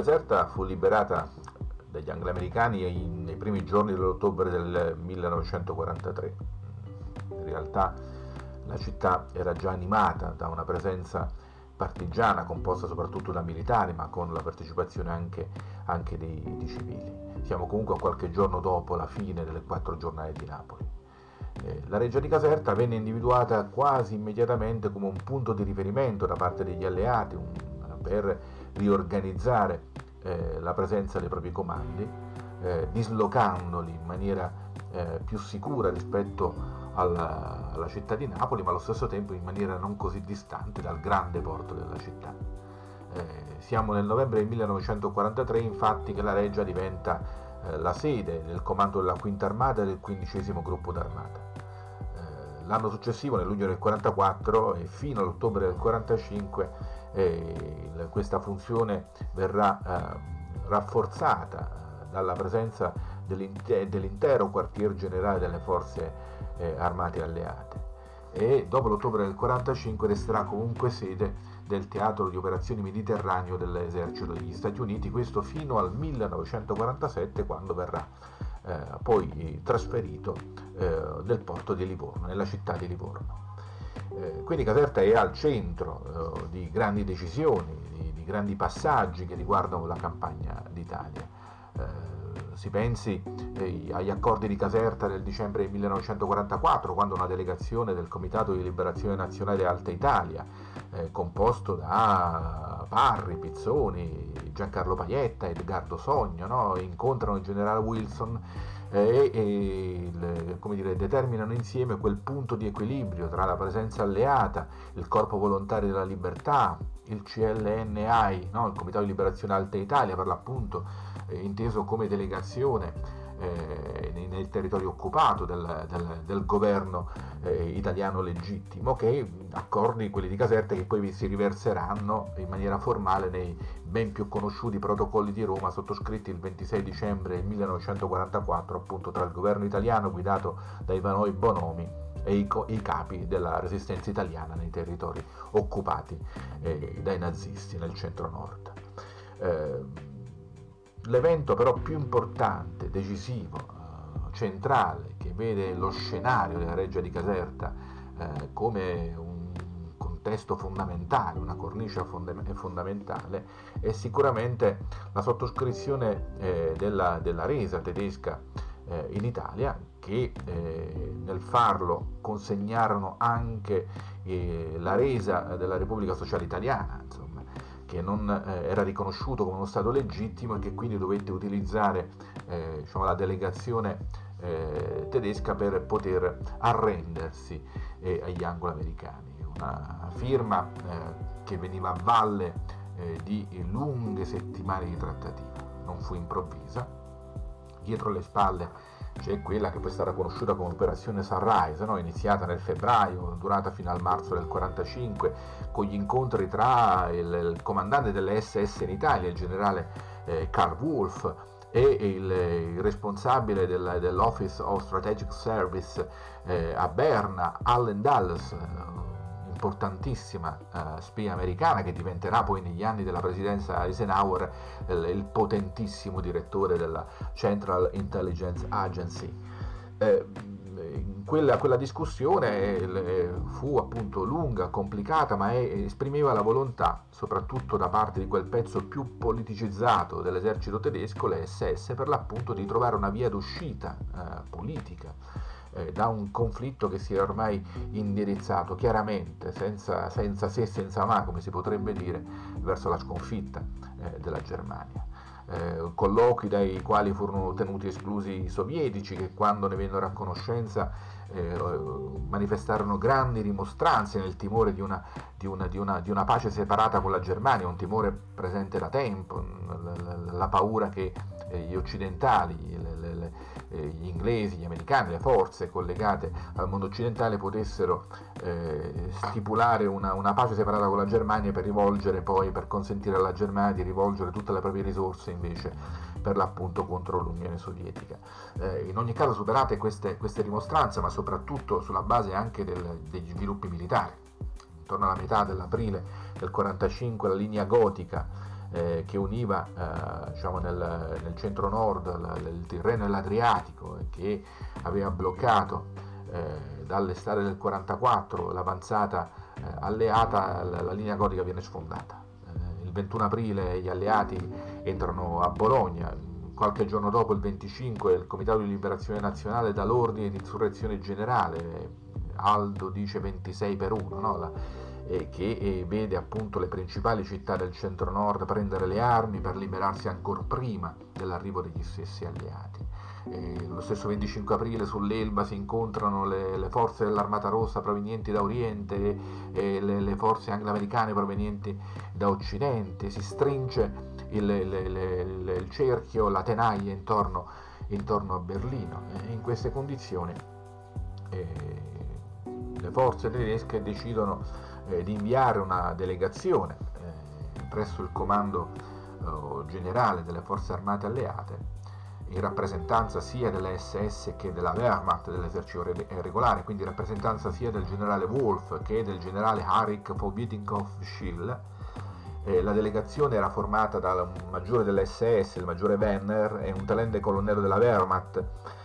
Caserta fu liberata dagli angloamericani nei primi giorni dell'ottobre del 1943. In realtà la città era già animata da una presenza partigiana composta soprattutto da militari, ma con la partecipazione anche di civili. Siamo comunque a qualche giorno dopo la fine delle 4 giornate di Napoli. La reggia di Caserta venne individuata quasi immediatamente come un punto di riferimento da parte degli alleati per riorganizzare la presenza dei propri comandi, dislocandoli in maniera più sicura rispetto alla città di Napoli, ma allo stesso tempo in maniera non così distante dal grande porto della città. Siamo nel novembre del 1943, infatti, che la reggia diventa la sede del comando della Quinta Armata e del 15° gruppo d'armata. L'anno successivo, nel luglio del 1944 e fino all'ottobre del 1945, questa funzione verrà rafforzata dalla presenza dell'intero quartier generale delle forze armate alleate, e dopo l'ottobre del 1945 resterà comunque sede del teatro di operazioni mediterraneo dell'esercito degli Stati Uniti, questo fino al 1947, quando verrà poi trasferito nel porto di Livorno, nella città di Livorno. Quindi Caserta è al centro di grandi decisioni, di grandi passaggi che riguardano la campagna d'Italia. Si pensi agli accordi di Caserta del dicembre del 1944, quando una delegazione del Comitato di Liberazione Nazionale Alta Italia, composto da Parri, Pizzoni, Giancarlo Paietta, Edgardo Sogno, no? Incontrano il generale Wilson determinano insieme quel punto di equilibrio tra la presenza alleata, il Corpo Volontario della Libertà, il CLNI, no? Il Comitato di Liberazione Alta Italia, per l'appunto inteso come delegazione nel territorio occupato del governo italiano legittimo, che accordi, quelli di Caserta, che poi si riverseranno in maniera formale nei ben più conosciuti protocolli di Roma, sottoscritti il 26 dicembre 1944 appunto tra il governo italiano guidato da Ivanoe Bonomi e i capi della resistenza italiana nei territori occupati dai nazisti nel centro-nord. L'evento però più importante, decisivo, centrale, che vede lo scenario della reggia di Caserta come un contesto fondamentale, una cornice fondamentale, è sicuramente la sottoscrizione della resa tedesca in Italia, che nel farlo consegnarono anche la resa della Repubblica Sociale Italiana, insomma, che non era riconosciuto come uno Stato legittimo e che quindi dovette utilizzare la delegazione tedesca per poter arrendersi agli anglo-americani. Una firma che veniva a valle di lunghe settimane di trattativa, non fu improvvisa. Dietro le spalle c'è quella che poi sarà conosciuta come Operazione Sunrise, no? Iniziata nel febbraio, durata fino al marzo del 1945, con gli incontri tra il comandante delle SS in Italia, il generale Karl Wolff, e il responsabile dell'Office of Strategic Service a Berna, Allen Dulles, importantissima spia americana, che diventerà poi negli anni della presidenza Eisenhower il potentissimo direttore della Central Intelligence Agency. Quella discussione fu appunto lunga, complicata, ma esprimeva la volontà, soprattutto da parte di quel pezzo più politicizzato dell'esercito tedesco, le SS, per l'appunto di trovare una via d'uscita politica da un conflitto che si era ormai indirizzato chiaramente, senza se e senza ma, come si potrebbe dire, verso la sconfitta della Germania. Colloqui dai quali furono tenuti esclusi i sovietici, che quando ne vennero a conoscenza manifestarono grandi rimostranze nel timore di una pace separata con la Germania, un timore presente da tempo, la paura che gli occidentali, gli inglesi, gli americani, le forze collegate al mondo occidentale potessero stipulare una pace separata con la Germania per consentire alla Germania di rivolgere tutte le proprie risorse invece per l'appunto contro l'Unione Sovietica. In ogni caso, superate queste rimostranze, ma soprattutto sulla base anche degli sviluppi militari, intorno alla metà dell'aprile del 1945 la linea gotica che univa diciamo nel centro-nord il Tirreno e l'Adriatico, che aveva bloccato dall'estate del 44 l'avanzata alleata, la linea gotica viene sfondata. Il 21 aprile gli alleati entrano a Bologna. Qualche giorno dopo, il 25, il Comitato di Liberazione Nazionale dà l'ordine di insurrezione generale. Aldo dice 26 per 1, no? Che vede appunto le principali città del centro-nord prendere le armi per liberarsi ancora prima dell'arrivo degli stessi alleati. Lo stesso 25 aprile sull'Elba si incontrano le forze dell'Armata Rossa provenienti da Oriente e le forze anglo-americane provenienti da Occidente. Si stringe il cerchio, la tenaglia intorno a Berlino. In queste condizioni le forze tedesche decidono di inviare una delegazione presso il comando generale delle forze armate alleate, in rappresentanza sia della SS che della Wehrmacht, dell'esercito regolare, quindi in rappresentanza sia del generale Wolf che del generale Heinrich von Wittikow-Schill. La delegazione era formata dal maggiore dell'SS, il maggiore Werner, e un tenente colonnello della Wehrmacht.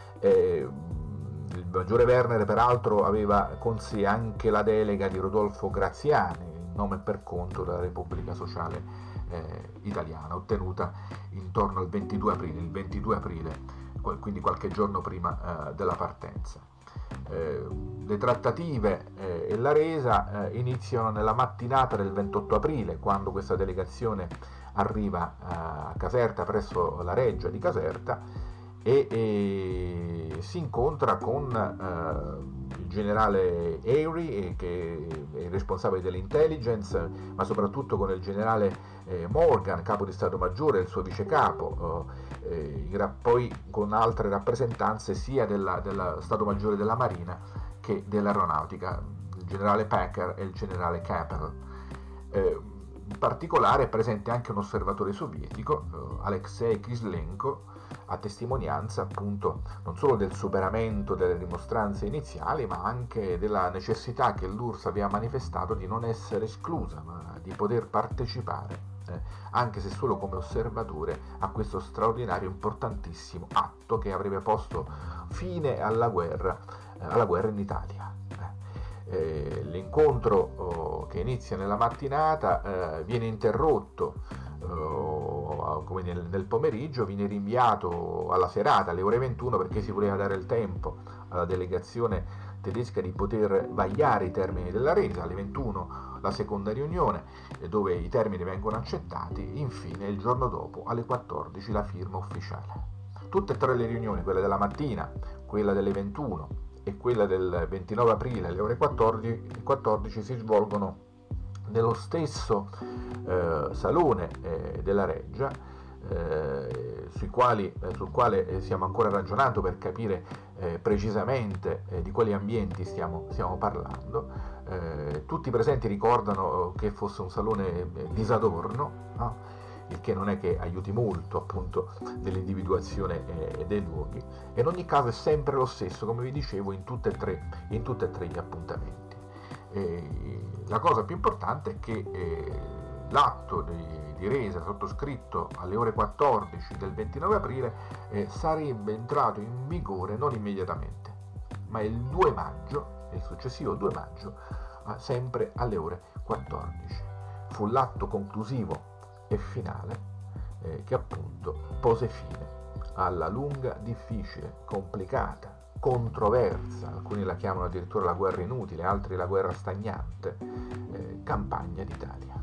Il maggiore Werner peraltro aveva con sé anche la delega di Rodolfo Graziani, in nome e per conto della Repubblica Sociale Italiana, ottenuta intorno al 22 aprile, quindi qualche giorno prima della partenza. Le trattative e la resa iniziano nella mattinata del 28 aprile, quando questa delegazione arriva a Caserta, presso la reggia di Caserta, e si incontra con il generale Eyre, che è il responsabile dell'intelligence, ma soprattutto con il generale Morgan, capo di Stato Maggiore, il suo vice capo, poi con altre rappresentanze sia dello Stato Maggiore della Marina che dell'Aeronautica, il generale Packer e il generale Keppel. In particolare è presente anche un osservatore sovietico, Alexei Kislenko, a testimonianza appunto non solo del superamento delle dimostranze iniziali, ma anche della necessità che l'URSS aveva manifestato di non essere esclusa, ma di poter partecipare, anche se solo come osservatore, a questo straordinario, importantissimo atto che avrebbe posto fine alla guerra in Italia. L'incontro che inizia nella mattinata viene interrotto come nel pomeriggio, viene rinviato alla serata, alle ore 21, perché si voleva dare il tempo alla delegazione tedesca di poter vagliare i termini della resa. Alle 21 la seconda riunione, dove i termini vengono accettati. Infine, il giorno dopo, alle 14, la firma ufficiale. Tutte e tre le riunioni, quella della mattina, quella delle 21 e quella del 29 aprile alle ore 14, si svolgono nello stesso salone della reggia, sul quale stiamo ancora ragionando per capire precisamente di quali ambienti stiamo parlando. Tutti i presenti ricordano che fosse un salone disadorno, no? Il che non è che aiuti molto appunto nell'individuazione dei luoghi. E in ogni caso è sempre lo stesso, come vi dicevo, in tutti e tre gli appuntamenti. La cosa più importante è che l'atto di resa sottoscritto alle ore 14 del 29 aprile sarebbe entrato in vigore non immediatamente, ma il 2 maggio, il successivo 2 maggio, sempre alle ore 14. Fu l'atto conclusivo e finale che appunto pose fine alla lunga, difficile, complicata, controversa, alcuni la chiamano addirittura la guerra inutile, altri la guerra stagnante, campagna d'Italia.